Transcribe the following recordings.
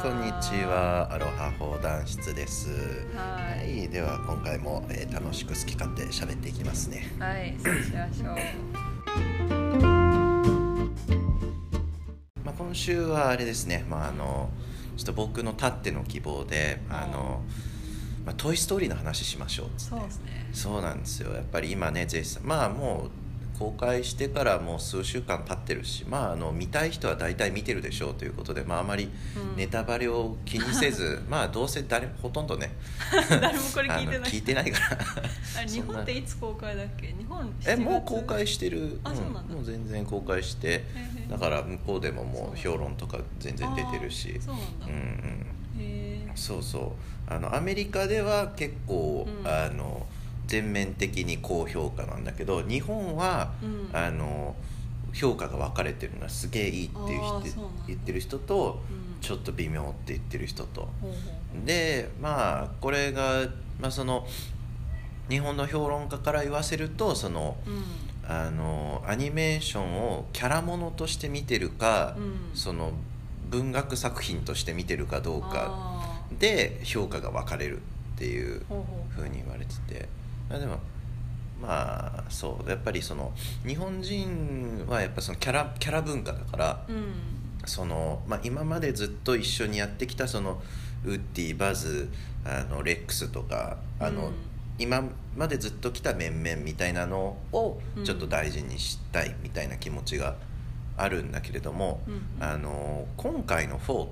こんにちは。アロハ講談室です。 はい、 では今回も、楽しく好き勝手喋っていきますね。 はい、そうしましょう。 今週はあれですね、ちょっと僕のたっての希望でトイストーリーの話しましょうっつって。 そうですね。 そうなんですよ。やっぱり今ね絶賛もう公開してからもう数週間経ってるし、見たい人は大体見てるでしょうということで、あまりネタバレを気にせず、どうせほとんどね誰もこれ聞いてない聞いてないからあれ日本っていつ公開だっけ？日本7月もう公開してる。 そうなんだ。 もう全然公開して、だから向こうでももう評論とか全然出てるし。 そうなんだ。 そうそう、アメリカでは結構、全面的に高評価なんだけど、日本は、評価が分かれてるのはすげえいいっていう人言ってる人と、ちょっと微妙って言ってる人と、でこれが、その日本の評論家から言わせると、その、アニメーションをキャラものとして見てるか、その文学作品として見てるかどうかで評価が分かれるっていう風に言われてて、でもそうやっぱりその日本人はやっぱそのキャラ文化だから、その今までずっと一緒にやってきたそのウッディ、バズ、レックスとか今までずっと来た面々みたいなのをちょっと大事にしたいみたいな気持ちがあるんだけれども、今回の4って、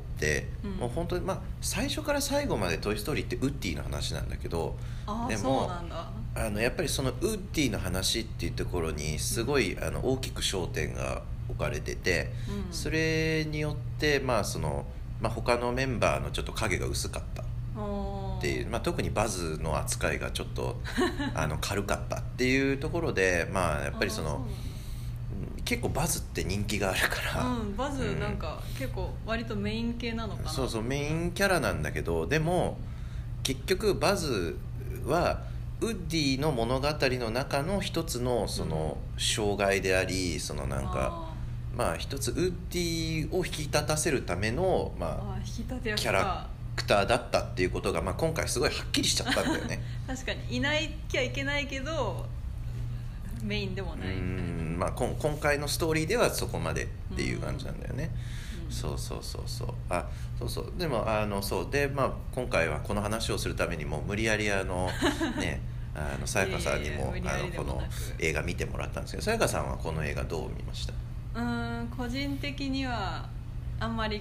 もう本当に最初から最後までトイストーリーってウッディの話なんだけど、でもやっぱりそのウッディの話っていうところにすごい大きく焦点が置かれてて、それによってその他のメンバーのちょっと影が薄かったっていう、特にバズの扱いがちょっと軽かったっていうところで、やっぱりその結構バズって人気があるから、 バズなんか結構割とメイン系なのかな。 そうメインキャラなんだけど、でも結局バズはウッディの物語の中の一つのその障害であり、そのなんか一つウッディを引き立たせるためのキャラクターだったっていうことが今回すごいはっきりしちゃったんだよね確かにいないきゃいけないけどメインでもない。 今回のストーリーではそこまでっていう感じなんだよね。そうでもそうで今回はこの話をするためにも無理やりねさやかさんにもこの映画見てもらったんですけど、さやかさんはこの映画どう見ました？ 個人的にはあんまり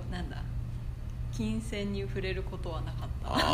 金銭に触れることはなか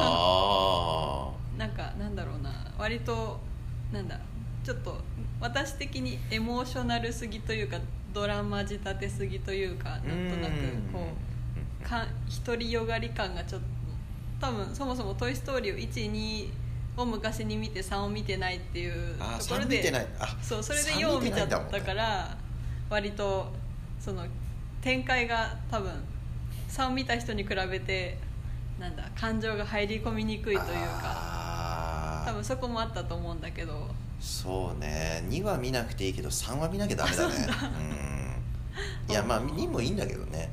ったなんだろうな、割とちょっと私的にエモーショナルすぎというかドラマ仕立てすぎというか、なんとなくこう独りよがり感がちょっと、多分そもそもトイストーリーを1、2を昔に見て3を見てないっていうところで、それで4を見ちゃったから、割とその展開が多分3を見た人に比べて感情が入り込みにくいというか、多分そこもあったと思うんだけど。 そうね、2は見なくていいけど3は見なきゃダメだねいや2もいいんだけどね。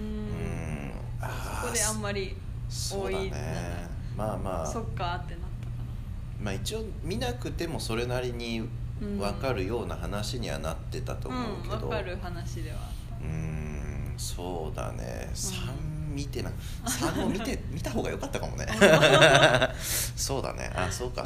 そこであんまり多い、 ね、 そっかってなったかな。一応見なくてもそれなりに分かるような話にはなってたと思うけど、 分かる話ではあった。 そうだね、3見て3を見た方が良かったかもねそうだね、そうか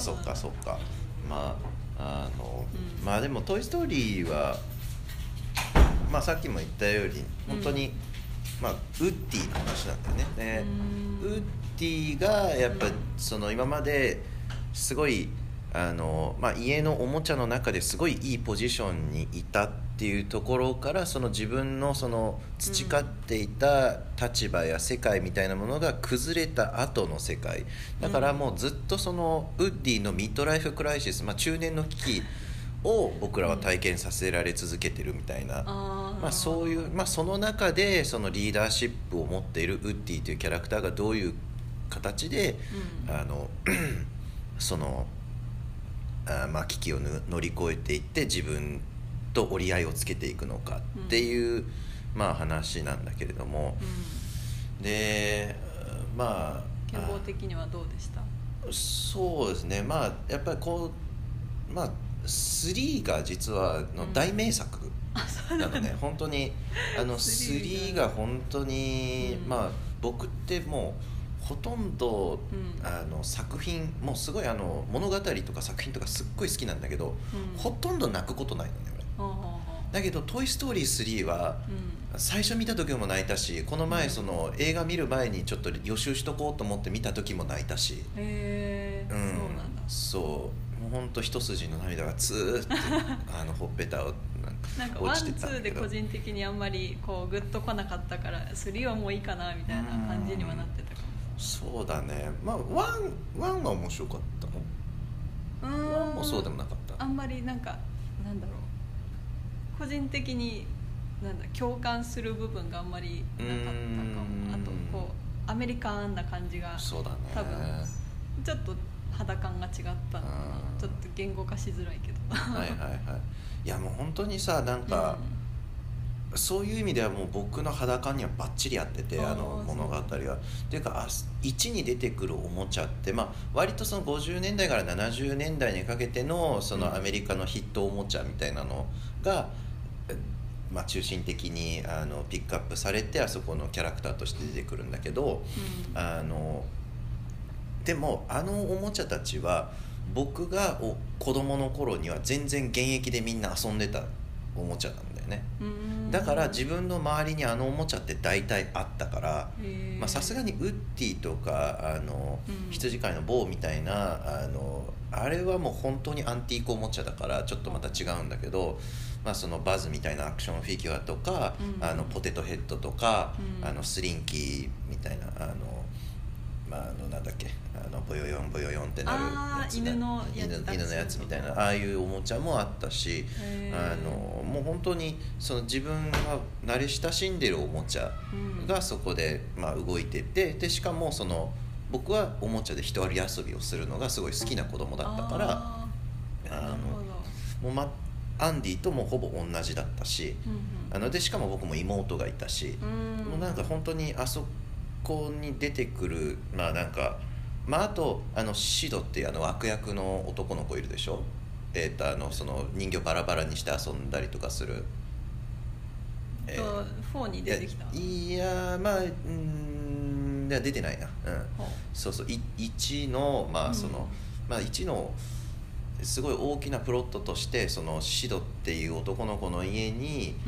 でもトイストーリーはさっきも言ったように本当に、ウッディの話なんだよね。ウッディがやっぱその今まですごい家のおもちゃの中ですごいいいポジションにいたっていうところから、その自分のその培っていた立場や世界みたいなものが崩れた後の世界だから、もうずっとそのウッディのミッドライフクライシス、中年の危機を僕らは体験させられ続けてるみたいな、そういう、その中でそのリーダーシップを持っているウッディというキャラクターがどういう形で、その危機を乗り越えていって自分と折り合いをつけていくのかっていう、話なんだけれども、 でまあ健康的にはどうでした？ そうですね、まあやっぱりこうまあ3が実はの大名作なのね、本当に3が本当に、まあ僕ってもうほとんど、作品もうすごい物語とか作品とかすっごい好きなんだけど、ほとんど泣くことないのね俺。だけど「トイ・ストーリー3」は最初見た時も泣いたし、この前その映画見る前にちょっと予習しとこうと思って見た時も泣いたし、 へえ、そうなんだ。 そうもうほんと一筋の涙がツーってほっぺたをなんか落ちてたんだ 1、2 けど、 で個人的にあんまりこうグッと来なかったから3はもういいかなみたいな感じにはなってたかも。 そうだね、まあ1は面白かったの。1もそうでもなかった。 あんまりなんかなんだろう、個人的になんだ共感する部分があんまりなかったかも。あとこうアメリカンな感じがそうだね、 多分ちょっと肌感が違ったのかな。ちょっと言語化しづらいけどはいはいはい。いやもう本当にさ、なんか、そういう意味ではもう僕の肌感にはバッチリ合ってて、物語はっていうか1に出てくるおもちゃって、まあ、割とその50年代から70年代にかけてのそのアメリカのヒットおもちゃみたいなのが、まあ、中心的にピックアップされて、あそこのキャラクターとして出てくるんだけど、でもおもちゃたちは僕が子供の頃には全然現役でみんな遊んでたおもちゃなんだよね。だから自分の周りにおもちゃって大体あったから、さすがにウッディとか羊飼いのボーみたいなあれはもう本当にアンティークおもちゃだからちょっとまた違うんだけど、まあ、そのバズみたいなアクションフィギュアとか、ポテトヘッドとか、スリンキーみたいななんだっけボヨヨンボヨヨンってなるやつ、 犬のやつみたいなああいうおもちゃもあったし、もう本当にその自分が慣れ親しんでるおもちゃがそこで、動いてて、でしかもその僕はおもちゃで一人遊びをするのがすごい好きな子供だったからもうアンディともほぼ同じだったし、でしかも僕も妹がいたし、もうなんか本当にあそこに出てくるあとシドっていう悪役の男の子いるでしょ。その人形バラバラにして遊んだりとかする、 4に出てきた。 いや出てないな、そうそう1のその、1のすごい大きなプロットとして、そのシドっていう男の子の家に、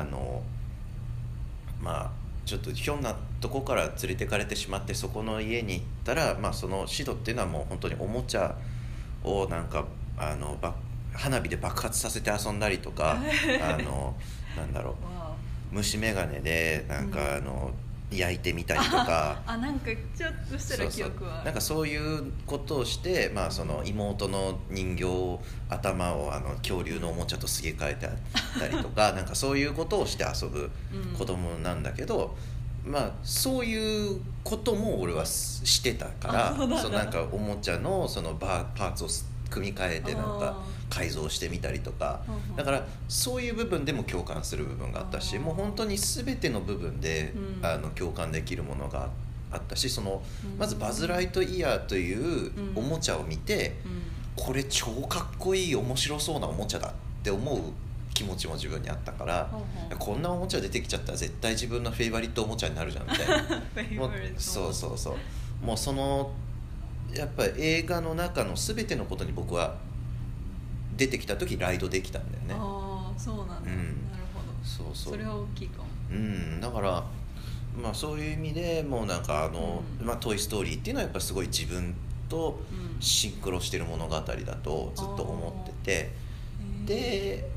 ちょっとひょんなとこから連れてかれてしまって、そこの家に行ったら、そのシドっていうのはもう本当におもちゃを花火で爆発させて遊んだりとかなんだろう、虫眼鏡で焼いてみたりとかなんかちょっとしたら記憶はなんかそういうことをして、その妹の人形頭を恐竜のおもちゃとすげ替えてあったりとかなんかそういうことをして遊ぶ子供なんだけど、そういうことも俺はしてたから、なんかおもちゃのそのパーツを組み替えてなんか改造してみたりとか、だからそういう部分でも共感する部分があったし、もう本当に全ての部分で共感できるものがあったし、そのまずバズ・ライトイヤーというおもちゃを見て、これ超かっこいい面白そうなおもちゃだって思う気持ちも自分にあったから、こんなおもちゃ出てきちゃったら絶対自分のフェイバリットおもちゃになるじゃんみたいなそうもうそのやっぱり映画の中の全てのことに僕は出てきた時ライドできたんだよね。 そうなんだ、なるほど。それは大きいかも。 だからそういう意味でもうなんかトイ・ストーリーっていうのはやっぱすごい自分とシンクロしてる物語だとずっと思ってて、で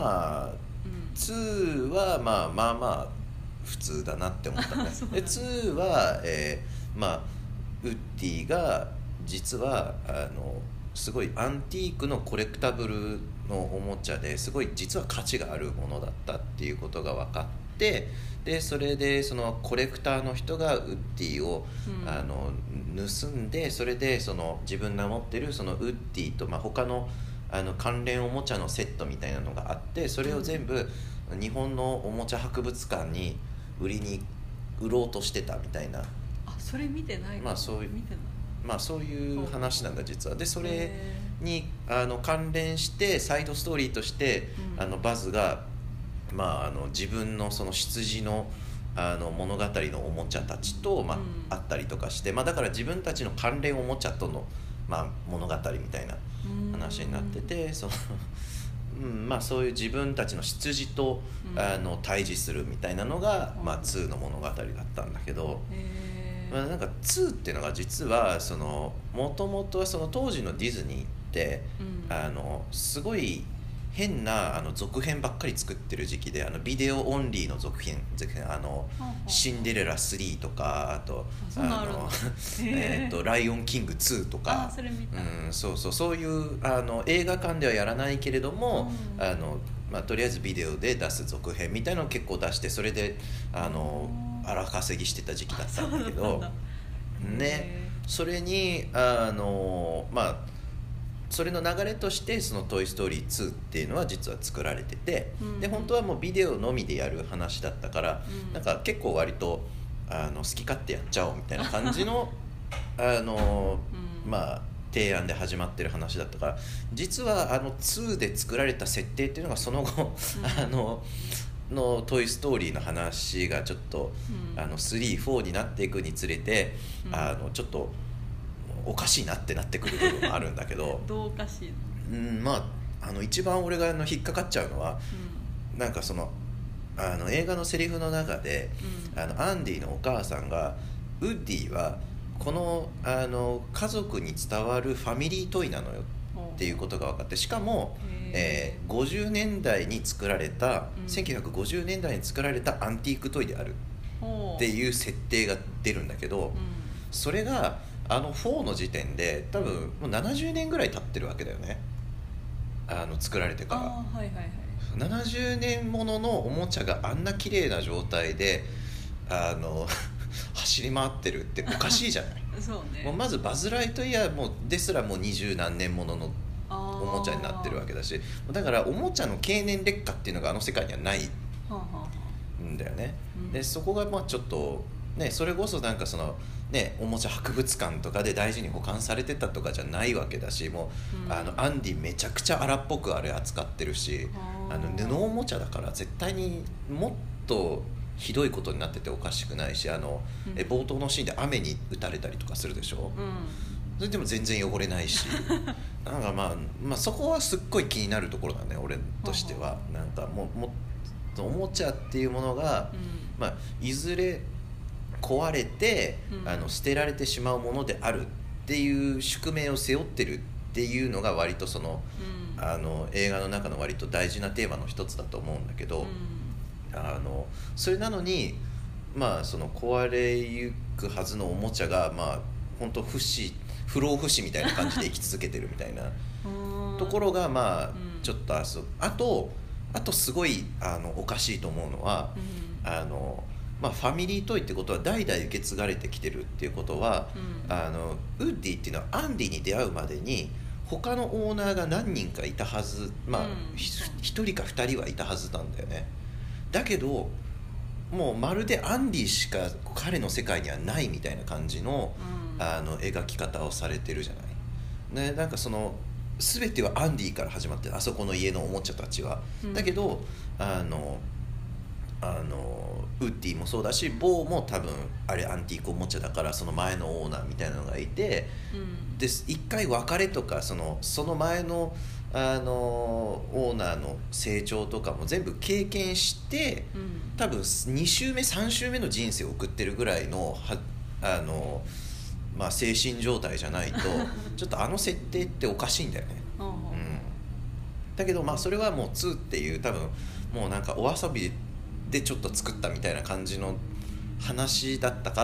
2は普通だなって思ったねで2はウッディが実はすごいアンティークのコレクタブルのおもちゃですごい実は価値があるものだったっていうことが分かって、でそれでそのコレクターの人がウッディを、盗んで、それでその自分が持ってるそのウッディと、他の関連おもちゃのセットみたいなのがあって、それを全部日本のおもちゃ博物館に売りに売ろうとしてたみたいな、 あ、それ見てないか。 そういう見てない。 そういう話なんだ実は。でそれに関連してサイドストーリーとして、バズが、自分のその羊の物語のおもちゃたちと、あったりとかして、だから自分たちの関連おもちゃとの、物語みたいな話になってて、そういう自分たちの羊と、対峙するみたいなのが、2の物語だったんだけど、なんか2っていうのが実はもともとはその当時のディズニーって、すごい変な続編ばっかり作ってる時期で、ビデオオンリーの続編シンデレラ3とか、あとライオンキング2とか、 それ見た。 そういう映画館ではやらないけれども、とりあえずビデオで出す続編みたいなのを結構出して、それで荒稼ぎしてた時期だったんだけどね、それにそれの流れとしてその「トイ・ストーリー2」っていうのは実は作られてて、で本当はもうビデオのみでやる話だったから、なんか結構割と好き勝手やっちゃおうみたいな感じの提案で始まってる話だったから、実は2で作られた設定っていうのがその後の「トイ・ストーリー」の話がちょっと、3、4になっていくにつれて、ちょっとおかしいなってなってくる部分もあるんだけどどうおかしいの、一番俺が引っかかっちゃうのは、なんか映画のセリフの中で、アンディのお母さんがウッディはこの家族に伝わるファミリートイなのよっていうことが分かって、しかも、50年代に作られた、1950年代に作られたアンティークトイであるっていう設定が出るんだけど、それが4の時点で多分もう70年ぐらい経ってるわけだよね、作られてから。70年もののおもちゃがあんな綺麗な状態で走り回ってるっておかしいじゃないそうね、 もうまずバズ・ライトイヤーもですらもう20何年もののおもちゃになってるわけだし、だからおもちゃの経年劣化っていうのが世界にはないんだよね。でそこがちょっとね、それこそなんかおもちゃ博物館とかで大事に保管されてたとかじゃないわけだし、もう、アンディめちゃくちゃ荒っぽくあれ扱ってるし、布おもちゃだから絶対にもっとひどいことになってておかしくないし、冒頭のシーンで雨に打たれたりとかするでしょ、それでも全然汚れないしなんかそこはすっごい気になるところだね俺としては。なんかもうおもちゃっていうものが、いずれ壊れて、捨てられてしまうものであるっていう宿命を背負ってるっていうのが割と映画の中の割と大事なテーマの一つだと思うんだけど、それなのに壊れゆくはずのおもちゃが本当不老不死みたいな感じで生き続けてるみたいなところがちょっとあとすごいおかしいと思うのは、ファミリートイってことは代々受け継がれてきてるっていうことは、ウッディっていうのはアンディに出会うまでに他のオーナーが何人かいたはず、1人か2人はいたはずなんだよね。だけどもうまるでアンディしか彼の世界にはないみたいな感じの、描き方をされてるじゃない、ね、なんか全てはアンディから始まってあそこの家のおもちゃたちは、だけどウッディもそうだしボーも多分あれアンティークおもちゃだからその前のオーナーみたいなのがいて、で一回別れとかその前のオーナーの成長とかも全部経験して、多分2周目3周目の人生を送ってるぐらいの精神状態じゃないとちょっと設定っておかしいんだよね、だけどそれはもう2っていう多分もうなんかお遊びでちょっと作ったみたいな感じの話だったから、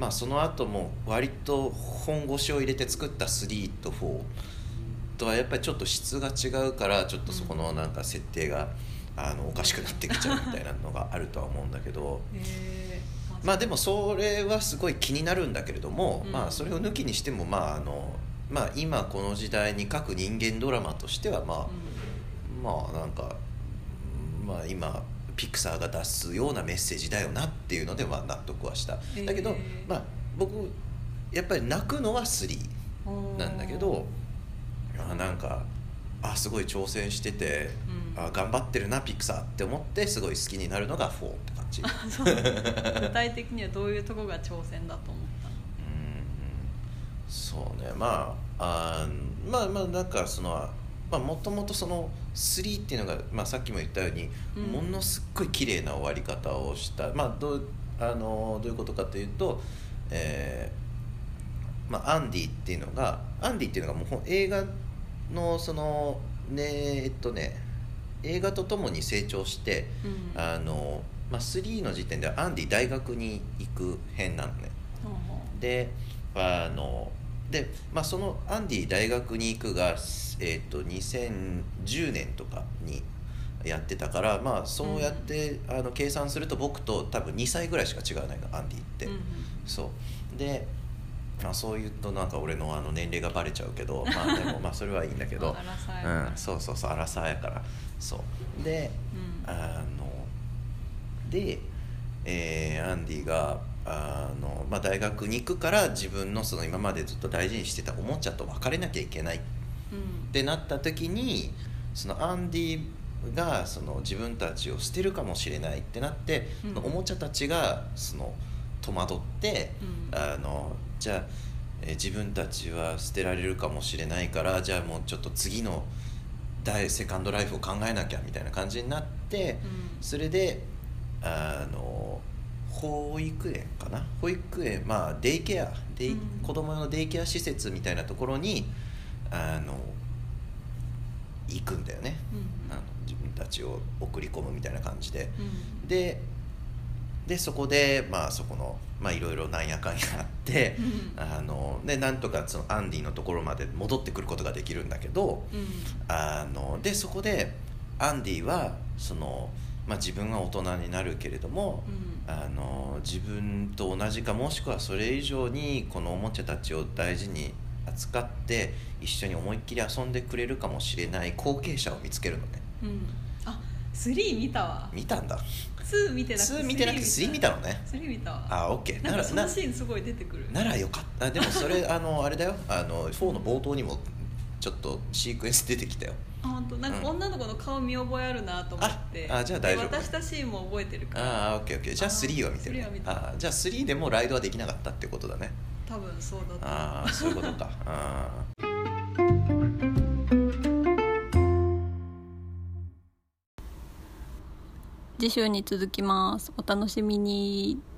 その後も割と本腰を入れて作った3と4とはやっぱりちょっと質が違うから、ちょっとそこのなんか設定がおかしくなってきちゃうみたいなのがあるとは思うんだけどでもそれはすごい気になるんだけれども、それを抜きにしても今この時代に書く人間ドラマとしてはなんか今ピクサーが出すようなメッセージだよなっていうので納得はした。だけど、僕やっぱり泣くのは3なんだけど、なんかすごい挑戦してて、頑張ってるなピクサーって思ってすごい好きになるのが4って感じ。 具体的にはどういうとこが挑戦だと思ったの？ そうね、まあなんかそのもともとその3っていうのが、さっきも言ったように、ものすっごい綺麗な終わり方をした。どういうことかというと、アンディっていうのがもう映画のその映画とともに成長して、3の時点ではアンディ大学に行く編なのね。でそのアンディ大学に行くが、2010年とかにやってたから、そうやって、計算すると僕と多分2歳ぐらいしか違わないの、アンディって。そうで、そう言うとなんか俺の年齢がバレちゃうけど、でもそれはいいんだけどそうアラサーやから。そうで、アンディが大学に行くから自分のその今までずっと大事にしてたおもちゃと別れなきゃいけないってなった時に、そのアンディがその自分たちを捨てるかもしれないってなって、おもちゃたちがその戸惑って、じゃあ、自分たちは捨てられるかもしれないから、じゃあもうちょっと次のセカンドライフを考えなきゃみたいな感じになって、それで保育園かな、デイケア子供用のデイケア施設みたいなところに行くんだよね、自分たちを送り込むみたいな感じで、でそこでそこのいろいろなんやかんやあって、でなんとかそのアンディのところまで戻ってくることができるんだけど、でそこでアンディはその、自分が大人になるけれども、自分と同じかもしくはそれ以上にこのおもちゃたちを大事に扱って一緒に思いっきり遊んでくれるかもしれない後継者を見つけるのね。 3見たわ。 見たんだ。 2見てなくて 3見たのね。 3見たわ。 オッケー。 なんかそのシーンすごい出てくる。 ならよかった。でもそれあれだよ、4の冒頭にもちょっとシークエンス出てきたよ。 本当なんか女の子の顔見覚えあるなと思って、 じゃあ大丈夫。 渡したシーンも覚えてるから。 オッケー。じゃあ3は見てる。じゃあ3でもライドはできなかったってことだね。 多分そうだった。 そういうことか。 次週に続きます。お楽しみに。